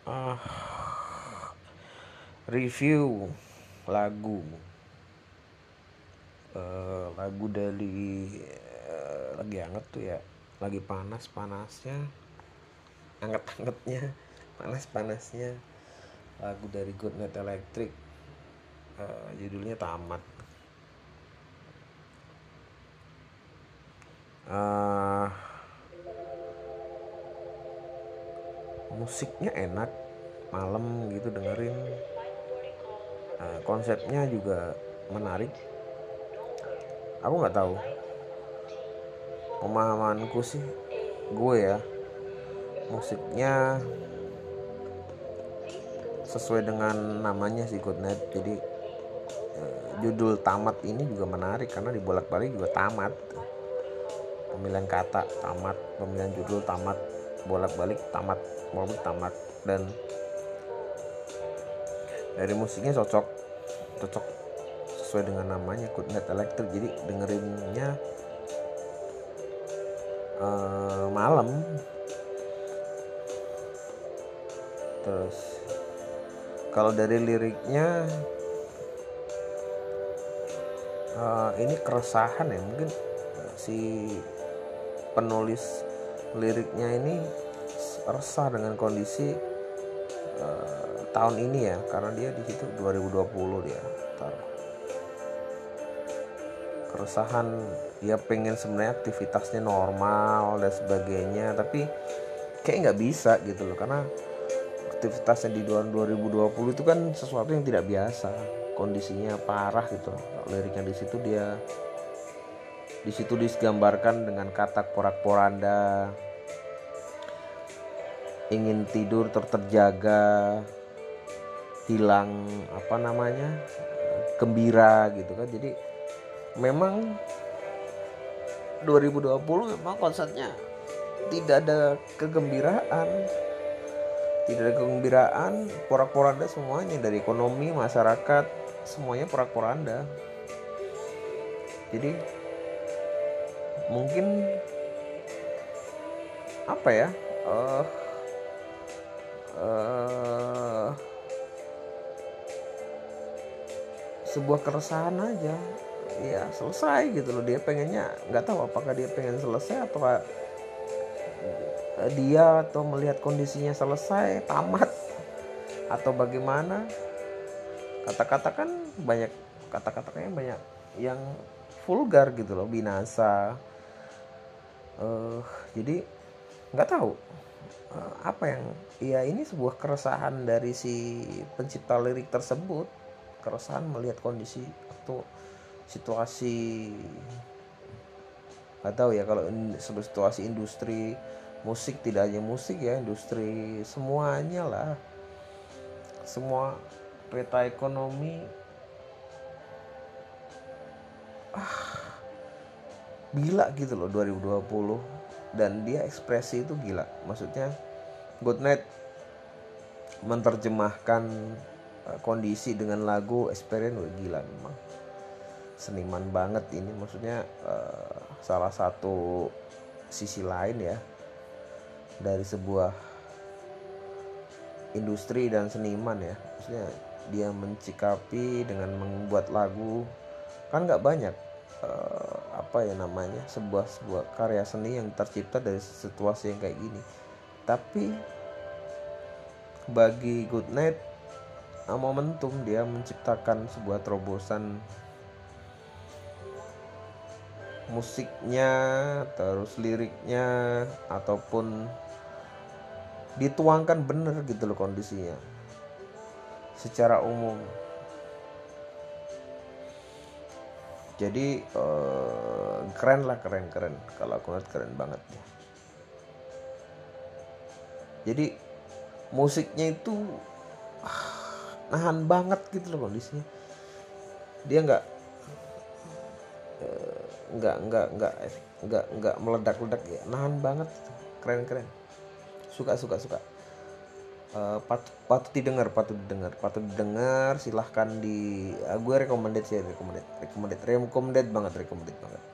Ah, review lagu. Lagu dari lagi anget tuh ya, lagi panas-panasnya, anget-angetnya, panas-panasnya. Lagu dari Goodnight Electric, judulnya Tamat. Eh, Musiknya enak, malam gitu dengerin. Konsepnya juga menarik. Aku nggak tahu, pemahamanku sih, gue ya, musiknya sesuai dengan namanya sih, Goodnight. Jadi judul Tamat ini juga menarik karena dibolak-balik juga tamat. Pemilihan kata tamat, pemilihan judul tamat, bolak-balik tamat, bolak-balik tamat. Dan dari musiknya cocok sesuai dengan namanya, Goodnight Electric. Jadi dengerinnya malam. Terus kalau dari liriknya, ini keresahan ya, mungkin si penulis liriknya ini resah dengan kondisi tahun ini ya, karena dia di situ 2020 dia taruh keresahan. Dia pengen sebenarnya aktivitasnya normal dan sebagainya, tapi kayak nggak bisa gitu loh, karena aktivitasnya di 2020 itu kan sesuatu yang tidak biasa, kondisinya parah gitu. Liriknya di situ digambarkan dengan kata porak-poranda, ingin tidur terjaga, hilang gembira gitu kan. Jadi memang 2020 memang konsepnya tidak ada kegembiraan, porak-poranda semuanya, dari ekonomi, masyarakat, semuanya porak-poranda. Jadi mungkin apa ya, sebuah keresahan aja ya, selesai gitu loh. Dia pengennya, nggak tahu apakah dia pengen selesai atau dia atau melihat kondisinya selesai tamat atau bagaimana. Kata-kata kan banyak, kata-katanya banyak yang vulgar gitu loh, binasa. Jadi nggak tahu apa yang, ya ini sebuah keresahan dari si pencipta lirik tersebut, keresahan melihat kondisi atau situasi, nggak tahu ya, kalau situasi industri musik, tidak hanya musik ya, industri semuanya lah, semua peta ekonomi gila gitu loh 2020. Dan dia ekspresi itu gila, maksudnya Goodnight menerjemahkan kondisi dengan lagu experience. Gila memang, seniman banget ini, maksudnya salah satu sisi lain ya dari sebuah industri dan seniman ya, maksudnya dia mencikapi dengan membuat lagu. Kan nggak banyak sebuah karya seni yang tercipta dari situasi yang kayak gini. Tapi bagi Goodnight, momentum dia menciptakan sebuah terobosan musiknya, terus liriknya, ataupun dituangkan bener gitu loh kondisinya secara umum. Jadi keren kalau aku lihat, keren banget ya. Jadi musiknya itu nahan banget gitu loh kondisinya. Dia nggak meledak-ledak ya, nahan banget. Keren, suka. Patut didengar. Silahkan gue recommended banget.